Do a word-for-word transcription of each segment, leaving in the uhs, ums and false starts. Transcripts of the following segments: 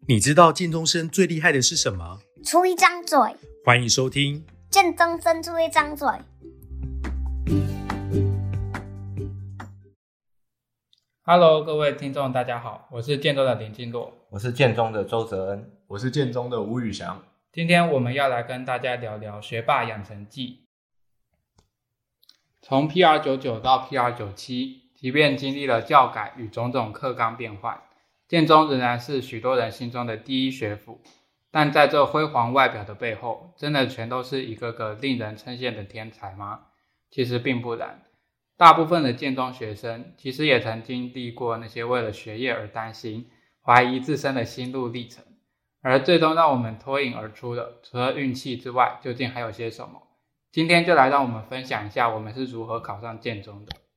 你知道建中生最厉害的是什么？ 出一张嘴。 欢迎收听建中生出一张嘴。 Hello， 各位听众，大家好，我是建中的林进洛， 我是建中的周泽恩， 我是建中的吴宇翔。 今天我们要来跟大家聊聊学霸养成记。从 P R 九十九 到 P R 九十七，即便经历了教改与种种课纲变换，建中仍然是许多人心中的第一学府。但在这辉煌外表的背后，真的全都是一个个令人称羡的天才吗？其实并不然。大部分的建中学生其实也曾经历过那些为了学业而担心、怀疑自身的心路历程，而最终让我们脱颖而出的，除了运气之外，究竟还有些什么？今天就来让我们分享一下我们是如何考上建中的。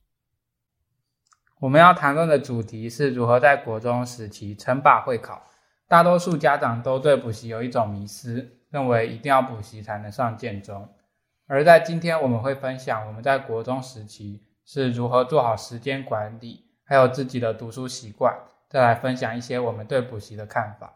我们要谈论的主题是如何在国中时期称霸会考。大多数家长都对补习有一种迷思，认为一定要补习才能上建中。而在今天我们会分享我们在国中时期是如何做好时间管理，还有自己的读书习惯，再来分享一些我们对补习的看法。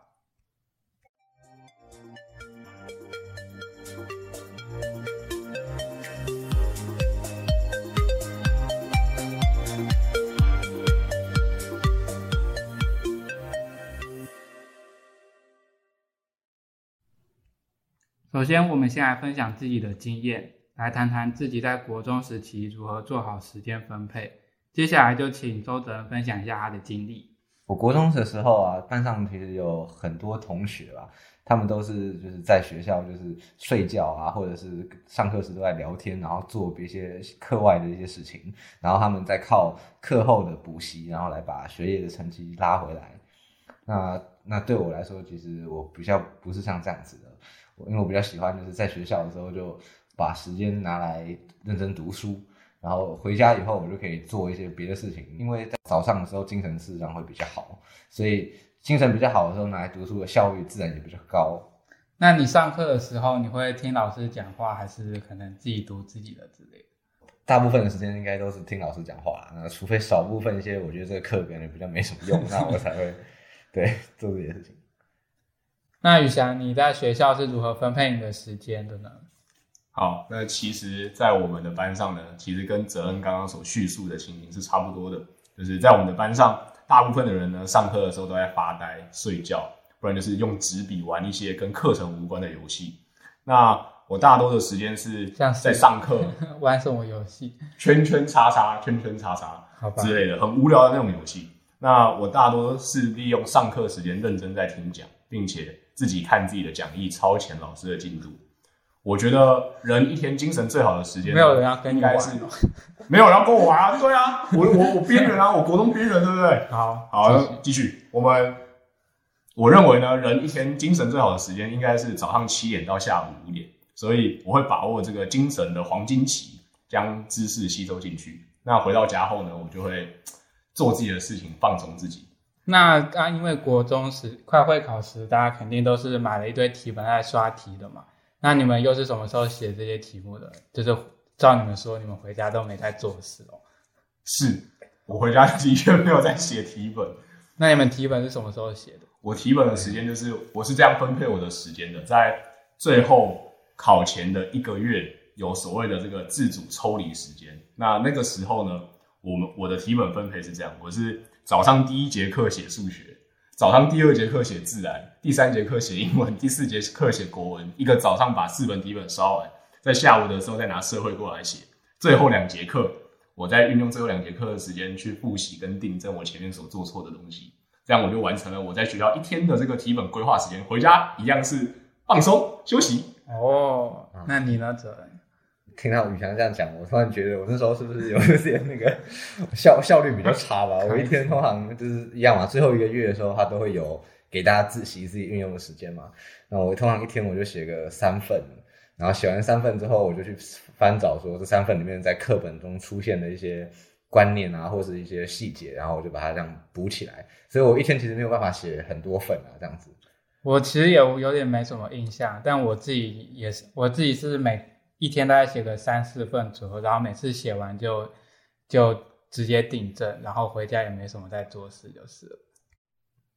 首先我们先来分享自己的经验，来谈谈自己在国中时期如何做好时间分配。接下来就请周泽恩分享一下他的经历。 我国中的时候啊，班上其实有很多同学啊，他们都是就是在学校就是睡觉啊，或者是上课时都在聊天，然后做一些课外的一些事情，然后他们再靠课后的补习，然后来把学业的成绩拉回来。那那对我来说，其实我比较不是像这样子的。因为我比较喜欢就是在学校的时候就把时间拿来认真读书，然后回家以后我就可以做一些别的事情，因为在早上的时候精神事实上会比较好，所以精神比较好的时候拿来读书的效率自然也比较高。 那你上课的时候你会听老师讲话，还是可能自己读自己的之类的？ 大部分的时间应该都是听老师讲话啦，那除非少部分一些我觉得这个课感觉比较没什么用那我才会对做这些事情。 那宇翔，你在学校是如何分配你的时间的呢？ 好，那其实在我们的班上呢，其实跟泽恩刚刚所叙述的情形是差不多的，就是在我们的班上，大部分的人呢上课的时候都在发呆睡觉，不然就是用纸笔玩一些跟课程无关的游戏。那我大多的时间是在上课玩什么游戏？ 圈圈叉叉圈圈叉叉之类的很无聊的那种游戏。那我大多是利用上课时间认真在听讲，并且自己看自己的讲义，超前老师的进度。我觉得人一天精神最好的时间， 没有人要跟你玩， 没有人要跟我玩啊！对啊，我我我边缘啊，我国中边缘，对不对？ 好， 好，继续。我们我认为呢，人一天精神最好的时间应该是早上七点到下午五点，所以我会把握这个精神的黄金期，将知识吸收进去。那回到家后呢，我就会做自己的事情，放松自己。 那刚、啊、因为国中时快会考时，大家肯定都是买了一堆题本在刷题的嘛。那你们又是什么时候写这些题目的？就是照你们说，你们回家都没在做事哦。 是，我回家的确没有在写题本。 那你们题本是什么时候写的？ 我题本的时间就是，我是这样分配我的时间的，在最后考前的一个月，有所谓的这个自主抽离时间。那那个时候呢，我们我的题本分配是这样，我是早上第一节课写数学，早上第二节课写自然，第三节课写英文，第四节课写国文。一个早上把四本题本刷完，在下午的时候再拿社会过来写。最后两节课，我再运用最后两节课的时间去复习跟订正我前面所做错的东西。这样我就完成了我在学校一天的这个题本规划时间。回家一样是放松休息。 哦，那你呢，泽恩？ 听到宇翔这样讲，我突然觉得我那时候是不是有点那个效效率比较差吧？我一天通常就是一样嘛，最后一个月的时候，他都会有给大家自习自己运用的时间嘛。那我通常一天我就写个三份，然后写完三份之后，我就去翻找说这三份里面在课本中出现的一些观念啊，或是一些细节，然后我就把它这样补起来。所以我一天其实没有办法写很多份啊，这样子。 我其实也有点没什么印象，但我自己也是，我自己是每一天大概写个三四份左右，然后每次写完就就直接订正，然后回家也没什么在做事就是了。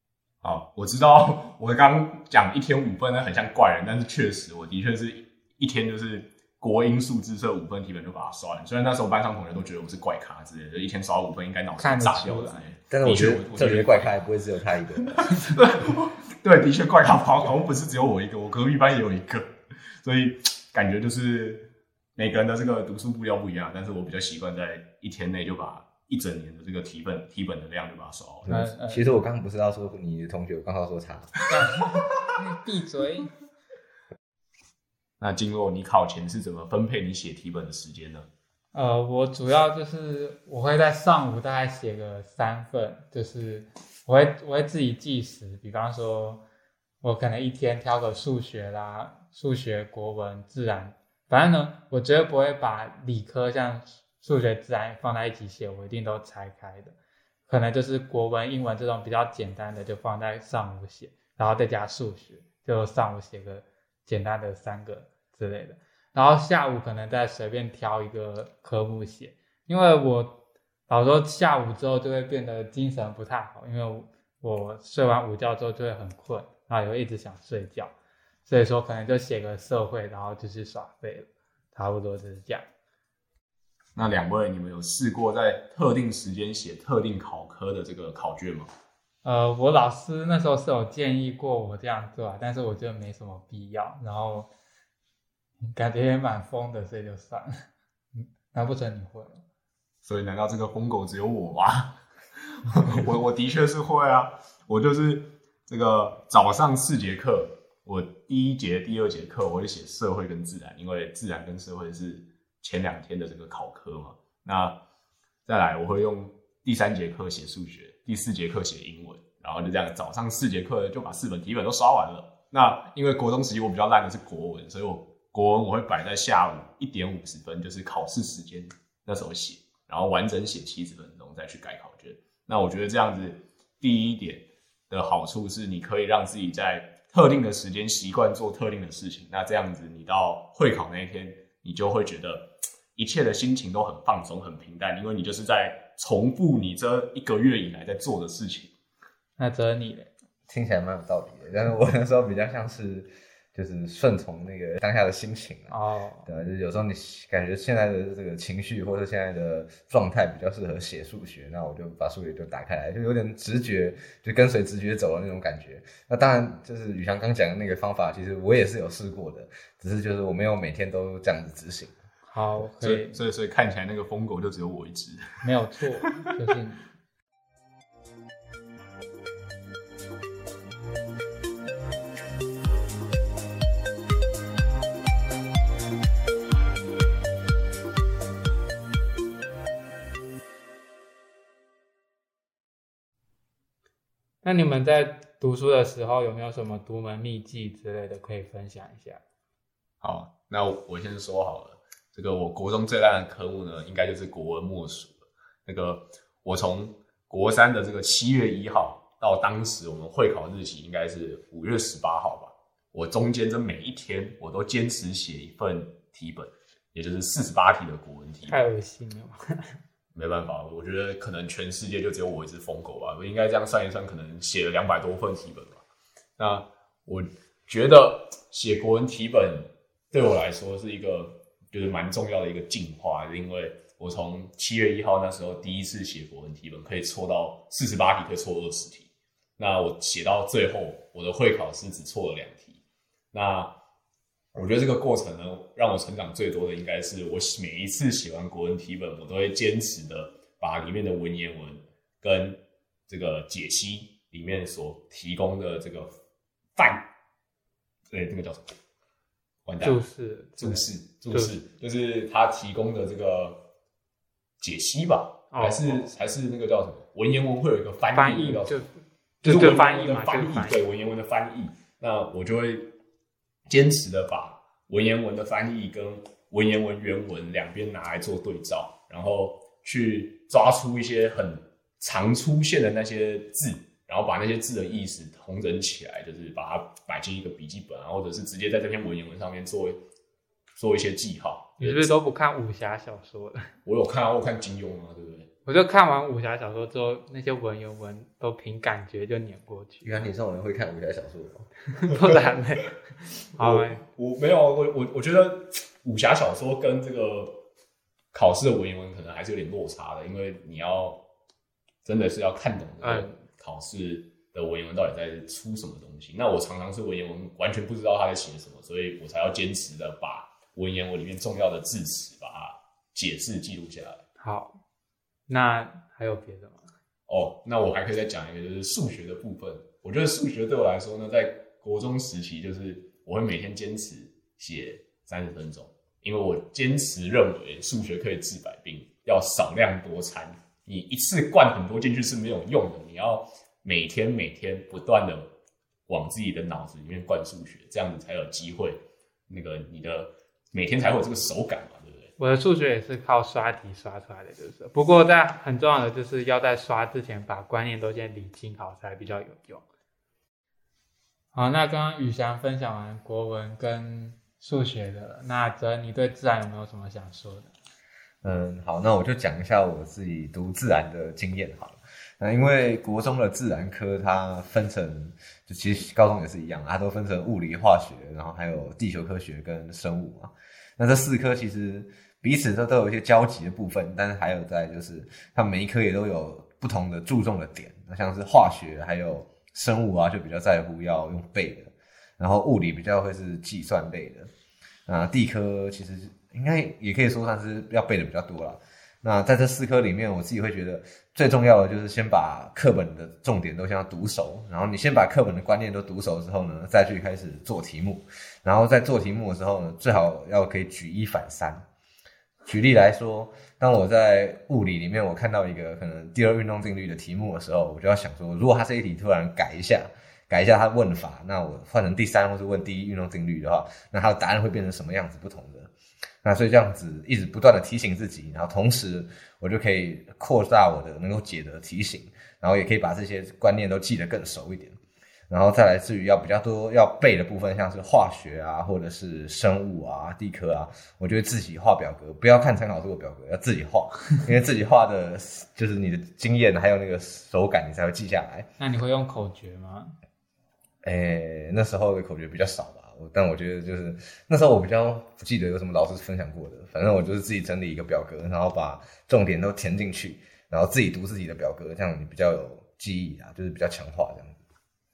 好，我知道我刚刚讲一天五分，那很像怪人，但是确实我的确是一天就是国英数自社五分题本就把它刷完。虽然那时候班上同学都觉得我是怪咖之类的，就一天刷五分应该脑子炸掉之类的。 但是我觉得特别怪咖也不会只有他一个。 对，的确怪咖好像不是只有我一个，我隔壁班也有一个，所以感觉就是每个人的这个读书步调不一样，但是我比较习惯在一天内就把一整年的这个题本题本的量就把它刷完。 嗯嗯、其实我刚刚不是要说你的同学，我刚刚说他。 闭嘴。 那经过你考前是怎么分配你写题本的时间呢？ 呃，我主要就是我会在上午大概写个三份，就是我会我会自己计时，比方说我可能一天挑个数学啦、数学、国文、自然，反正呢，我绝对不会把理科像数学、自然放在一起写，我一定都拆开的。可能就是国文、英文这种比较简单的就放在上午写，然后再加数学，就上午写个简单的三个之类的，然后下午可能再随便挑一个科目写。因为我老实说下午之后就会变得精神不太好，因为我睡完午觉之后就会很困，然后也会一直想睡觉，所以说可能就写个社会，然后就是耍废了，差不多就是这样。 那两位，你们有试过在特定时间写特定考科的这个考卷吗？ 呃，我老师那时候是有建议过我这样做，但是我觉得没什么必要，然后感觉也蛮疯的，所以就算了。难不成你会？ 所以难道这个疯狗只有我吗？我我的确是会啊，我就是这个早上四节课，我第一节、第二节课我会写社会跟自然，因为自然跟社会是前两天的这个考科嘛。那再来我会用第三节课写数学，第四节课写英文，然后就这样早上四节课就把四本题本都刷完了。那因为国中时期我比较烂的是国文，所以我国文我会摆在下午一点五十分，就是考试时间那时候写，然后完整写七十分钟再去改考卷。那我觉得这样子第一点的好处是你可以让自己在特定的时间习惯做特定的事情，那这样子你到会考那一天你就会觉得一切的心情都很放松很平淡，因为你就是在重复你这一个月以来在做的事情。 那哲你嘞？ 听起来蛮有道理的，但是我那时候比较像是就是顺从那个当下的心情啊。哦，对，就是有时候你感觉现在的这个情绪或者现在的状态比较适合写数学，那我就把数学就打开来，就有点直觉，就跟随直觉走的那种感觉。那当然就是宇翔刚讲的那个方法，其实我也是有试过的，只是就是我没有每天都这样子执行。 好， 所以所以所以看起来那个疯狗就只有我一只， 没有错，就是你。那你们在读书的时候有没有什么独门秘技之类的可以分享一下？ 好，那我先说好了，这个我国中最烂的科目呢，应该就是国文默书了。那个我从国三的这个七月一号到当时我们会考日期应该是五月十八号吧，我中间这每一天我都坚持写一份题本，也就是四十八题的国文题本。 太恶心了。 没办法，我觉得可能全世界就只有我一只疯狗吧。我应该这样算一算，可能写了两百多份题本吧。那我觉得写国文题本对我来说是一个就是蛮重要的一个进化，因为我从七月一号那时候第一次写国文题本，可以错到四十八题，可以错二十题。那我写到最后，我的会考是只错了两题。那我觉得这个过程呢，让我成长最多的应该是我每一次写完国文题本，我都会坚持的把里面的文言文跟这个解析里面所提供的这个范，对，这个叫什么？完蛋， 注释， 注释，注释，就是他提供的这个解析吧，哦、还是还是那个叫什么？文言文会有一个翻译， 翻译叫就就是文言翻译文的翻译，对，文言文的翻译。那我就会坚持的把文言文的翻译跟文言文原文两边拿来做对照，然后去抓出一些很常出现的那些字，然后把那些字的意思统整起来，就是把它摆进一个笔记本，或者是直接在这篇文言文上面做做一些记号。 你是不是都不看武侠小说的？ 我有看啊，我有看金庸啊，对不对？ 我就看完武侠小说之后，那些文言文都凭感觉就碾过去。 原来你这种人会看武侠小说吗？ 不然呢？好， 我我没有，我我我觉得武侠小说跟这个考试的文言文可能还是有点落差的，因为你要真的是要看懂这个考试的文言文到底在出什么东西。那我常常是文言文完全不知道他在写什么，所以我才要坚持的把文言文里面重要的字词把它解释记录下来。 好。那还有别的吗？ 哦，那我还可以再讲一个，就是数学的部分。我觉得数学对我来说呢，在国中时期，就是我会每天坚持写三十分钟，因为我坚持认为数学可以治百病，要少量多餐。你一次灌很多进去是没有用的，你要每天每天不断的往自己的脑子里面灌数学，这样子才有机会，那个你的每天才会有这个手感嘛。 我的数学也是靠刷题刷出来的，就是不过在很重要的就是要在刷之前把观念都先理清好才比较有用。好，那刚刚宇翔分享完国文跟数学的了，那哲你对自然有没有什么想说的？ 嗯，好，那我就讲一下我自己读自然的经验好了。那因为国中的自然科它分成，就其实高中也是一样，它都分成物理、化学，然后还有地球科学跟生物嘛。那这四科其实彼此都都有一些交集的部分，但是还有在就是它每一科也都有不同的注重的点。那像是化学还有生物啊，就比较在乎要用背的，然后物理比较会是计算类的。那地科其实应该也可以说算是要背的比较多啦。那在这四科里面，我自己会觉得最重要的就是先把课本的重点都先要读熟，然后你先把课本的观念都读熟之后呢，再去开始做题目。然后在做题目的时候呢，最好要可以举一反三。举例来说，当我在物理里面我看到一个可能第二运动定律的题目的时候，我就要想说，如果它这一题突然改一下，改一下它问法，那我换成第三或是问第一运动定律的话，那它的答案会变成什么样子不同的？那所以这样子一直不断的提醒自己，然后同时我就可以扩大我的能够解的题型，然后也可以把这些观念都记得更熟一点。然后再来至于要比较多要背的部分，像是化学啊，或者是生物啊、地科啊，我觉得自己画表格，不要看参考书的表格，要自己画，因为自己画的就是你的经验还有那个手感，你才会记下来。 那你会用口诀吗？ 诶，那时候的口诀比较少吧，但我觉得就是那时候我比较不记得有什么老师分享过的，反正我就是自己整理一个表格，然后把重点都填进去，然后自己读自己的表格，这样你比较有记忆啊，就是比较强化这样子。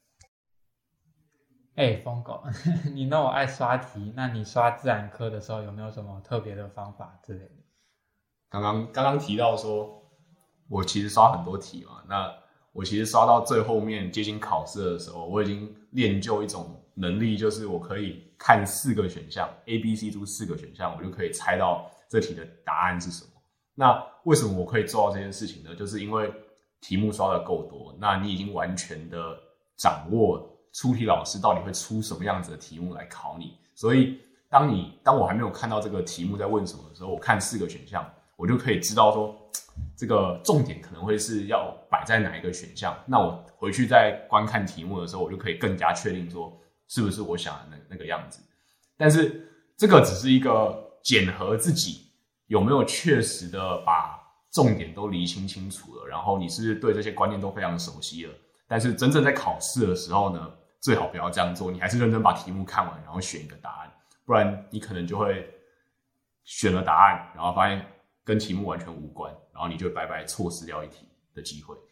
哎、欸，疯狗，你那么爱刷题，那你刷自然科的时候有没有什么特别的方法之类的？ 刚刚刚刚提到说，我其实刷很多题嘛，那我其实刷到最后面接近考试的时候，我已经练就一种能力，就是我可以看四个选项 A、B、C 出四个选项，我就可以猜到这题的答案是什么。那为什么我可以做到这件事情呢？就是因为题目刷的够多，那你已经完全的掌握出题老师到底会出什么样子的题目来考你，所以当你当我还没有看到这个题目在问什么的时候，我看四个选项，我就可以知道说这个重点可能会是要摆在哪一个选项。那我回去在观看题目的时候，我就可以更加确定说是不是我想的那那个样子。但是这个只是一个检核自己有没有确实的把重点都理清清楚了，然后你是对这些观念都非常熟悉了。但是真正在考试的时候呢，最好不要这样做，你还是认真把题目看完，然后选一个答案，不然你可能就会选了答案，然后发现跟题目完全无关，然后你就白白错失掉一题的机会。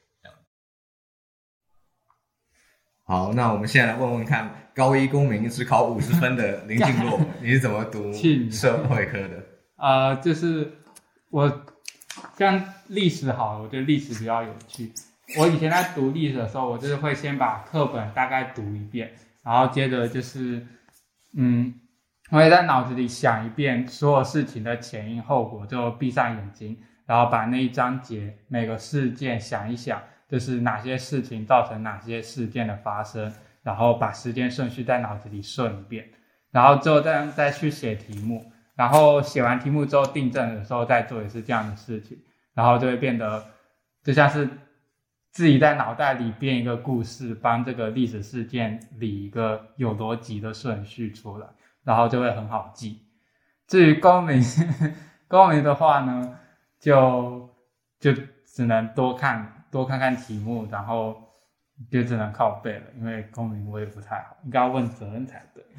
好，那我们现在来问问看，高一公民只考五十分的林静洛，你是怎么读社会科的？ 呃，就是我像历史好了，我觉得历史比较有趣。我以前在读历史的时候，我就是会先把课本大概读一遍，然后接着就是，嗯，我会在脑子里想一遍所有事情的前因后果，就闭上眼睛，然后把那一章节每个事件想一想，就是哪些事情造成哪些事件的发生，然后把时间顺序在脑子里顺一遍，然后之后再再去写题目，然后写完题目之后订正的时候再做也是这样的事情，然后就会变得就像是自己在脑袋里编一个故事，帮这个历史事件理一个有逻辑的顺序出来，然后就会很好记。至于公民公民的话呢，就就只能多看多看看题目，然后就只能靠背了，因为公民我也不太好，应该要问责任才对。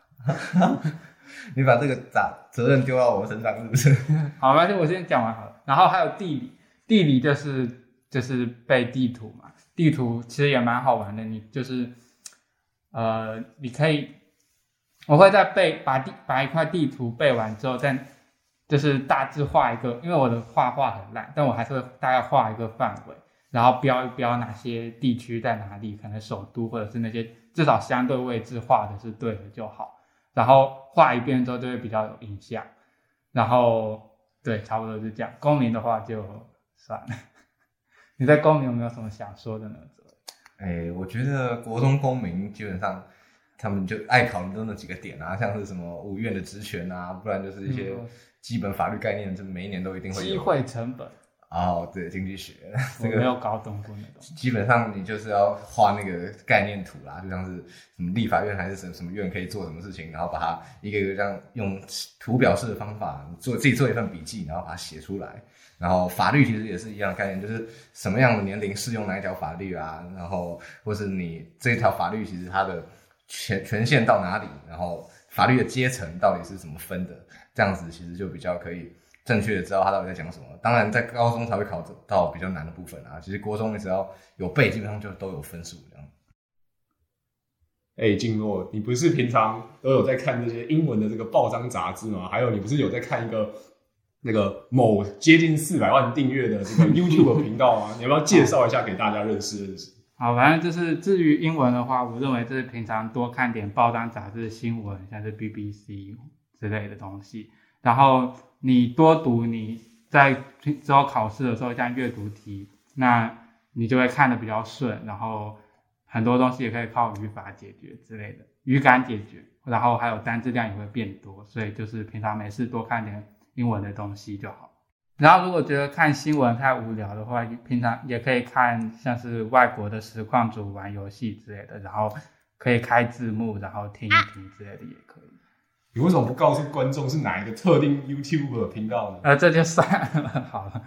你把这个责责任丢到我身上是不是？ 好，那就我先讲完好了。然后还有地理，地理就是就是背地图嘛，地图其实也蛮好玩的，你就是呃，你可以，我会在背把地把一块地图背完之后，再就是大致画一个，因为我的画画很烂，但我还是会大概画一个范围，然后标一标哪些地区在哪里，可能首都或者是那些至少相对位置画的是对的就好。然后画一遍之后就会比较有印象，然后对，差不多是这样。公民的话就算了。你在公民有没有什么想说的呢？ 哎，我觉得国中公民基本上他们就爱考虑的那几个点啊，像是什么五院的职权啊，不然就是一些基本法律概念，这每一年都一定会有。机会成本。 哦，对，经济学， 这个我没有搞懂过那种。 基本上你就是要画那个概念图啦，就像是什么立法院还是什么什么院可以做什么事情，然后把它一个一个这样用图表式的方法做自己做一份笔记，然后把它写出来。然后法律其实也是一样的概念，就是什么样的年龄适用哪一条法律啊，然后或是你这一条法律其实它的权权限到哪里，然后法律的阶层到底是怎么分的，这样子其实就比较可以正确的知道他到底在讲什么。当然在高中才会考到比较难的部分啊，其实国中你只要有背基本上就都有分数这样。 哎，静诺，你不是平常都有在看这些英文的这个报章杂志吗？还有你不是有在看一个那个某接近四百万订阅的这个 YouTube 频道吗？你要不要介绍一下给大家认识认识？ 好，反正就是至于英文的话，我认为就是平常多看点报章杂志新闻，像是 B B C 之类的东西，然后你多读，你在之后考试的时候像阅读题，那你就会看得比较顺，然后很多东西也可以靠语法解决之类的，语感解决，然后还有单字量也会变多，所以就是平常没事多看点英文的东西就好。然后如果觉得看新闻太无聊的话，平常也可以看像是外国的实况主玩游戏之类的，然后可以开字幕，然后听一听之类的也可以。 你为什么不告诉观众是哪一个特定 YouTube 的频道呢？ 呃，这就算了，好了。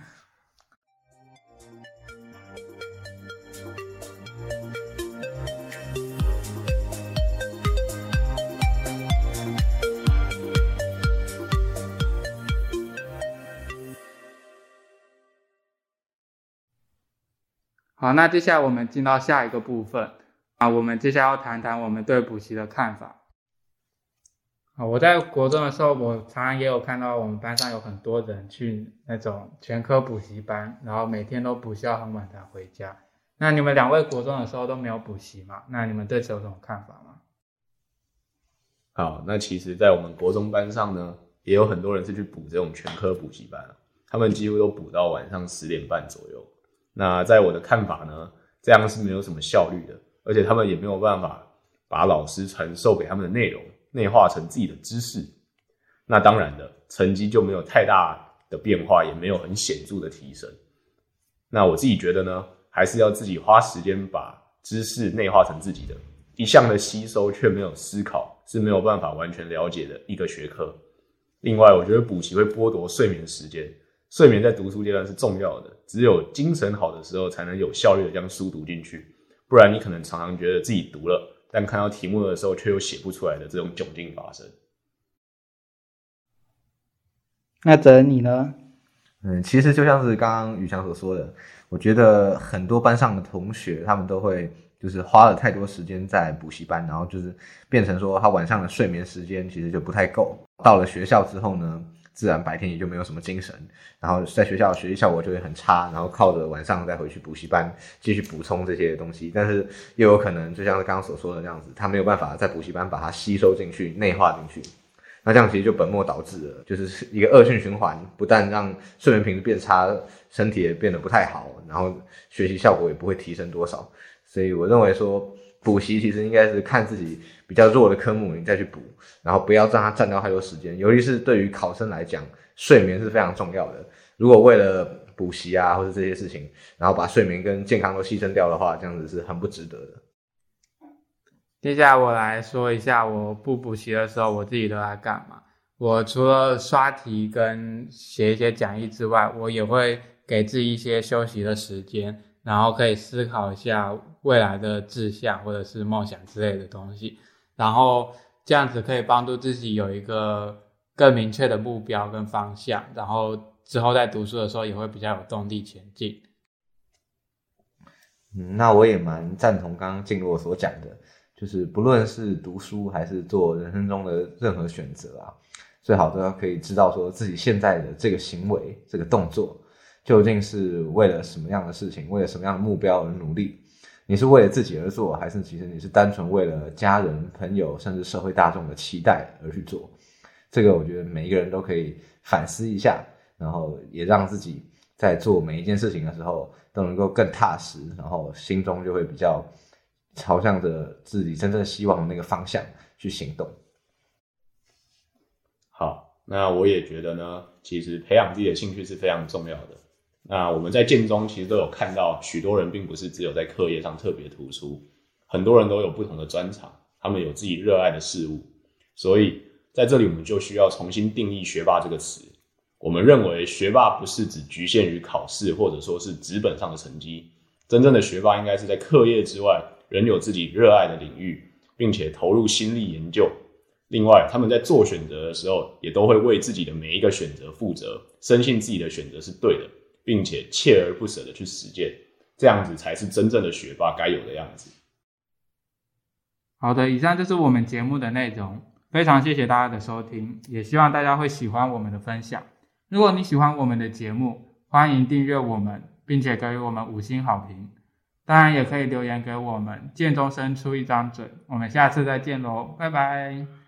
好，那接下来我们进到下一个部分啊，我们接下来要谈谈我们对补习的看法。啊，我在国中的时候，我常常也有看到我们班上有很多人去那种全科补习班，然后每天都补习到很晚才回家。那你们两位国中的时候都没有补习吗？那你们对此有什么看法吗？ 好，那其实在我们国中班上呢，也有很多人是去补这种全科补习班，他们几乎都补到晚上十点半左右。那在我的看法呢，这样是没有什么效率的，而且他们也没有办法把老师传授给他们的内容内化成自己的知识。那当然的，成绩就没有太大的变化，也没有很显著的提升。那我自己觉得呢，还是要自己花时间把知识内化成自己的，一项的吸收却没有思考，是没有办法完全了解的一个学科。另外，我觉得补习会剥夺睡眠时间，睡眠在读书阶段是重要的，只有精神好的时候才能有效率的将书读进去，不然你可能常常觉得自己读了，但看到题目的时候却又写不出来的这种窘境发生。 那哲你呢？ 嗯，其实就像是刚刚宇翔所说的，我觉得很多班上的同学他们都会就是花了太多时间在补习班，然后就是变成说他晚上的睡眠时间其实就不太够，到了学校之后呢，自然白天也就没有什么精神，然后在学校学习效果就会很差，然后靠着晚上再回去补习班继续补充这些东西，但是又有可能就像是刚刚所说的这样子，他没有办法在补习班把它吸收进去内化进去，那这样其实就本末倒置了，就是一个恶性循环，不但让睡眠品质变差，身体也变得不太好，然后学习效果也不会提升多少。所以我认为说补习其实应该是看自己比较弱的科目你再去补，然后不要让它占掉太多时间，尤其是对于考生来讲，睡眠是非常重要的。如果为了补习啊或者这些事情，然后把睡眠跟健康都牺牲掉的话，这样子是很不值得的。 接下来我来说一下我不补习的时候我自己都在干嘛。我除了刷题跟写一些讲义之外，我也会给自己一些休息的时间，然后可以思考一下未来的志向或者是梦想之类的东西，然后这样子可以帮助自己有一个更明确的目标跟方向，然后之后在读书的时候也会比较有动力前进。 嗯，那我也蛮赞同刚刚静若所讲的，就是不论是读书还是做人生中的任何选择啊，最好都要可以知道说自己现在的这个行为这个动作究竟是为了什么样的事情，为了什么样的目标而努力。你是为了自己而做，还是其实你是单纯为了家人朋友甚至社会大众的期待而去做。这个我觉得每一个人都可以反思一下，然后也让自己在做每一件事情的时候都能够更踏实，然后心中就会比较朝向着自己真正希望的那个方向去行动。 好，那我也觉得呢，其实培养自己的兴趣是非常重要的。那我们在建中其实都有看到，许多人并不是只有在课业上特别突出，很多人都有不同的专长，他们有自己热爱的事物。所以在这里我们就需要重新定义学霸这个词。我们认为学霸不是只局限于考试或者说是纸本上的成绩，真正的学霸应该是在课业之外仍有自己热爱的领域，并且投入心力研究。另外他们在做选择的时候也都会为自己的每一个选择负责，深信自己的选择是对的，并且锲而不舍的去实践，这样子才是真正的学霸该有的样子。 好的，以上就是我们节目的内容，非常谢谢大家的收听，也希望大家会喜欢我们的分享。如果你喜欢我们的节目，欢迎订阅我们，并且给予我们五星好评。当然也可以留言给我们，建中生出一张嘴。我们下次再见咯，拜拜。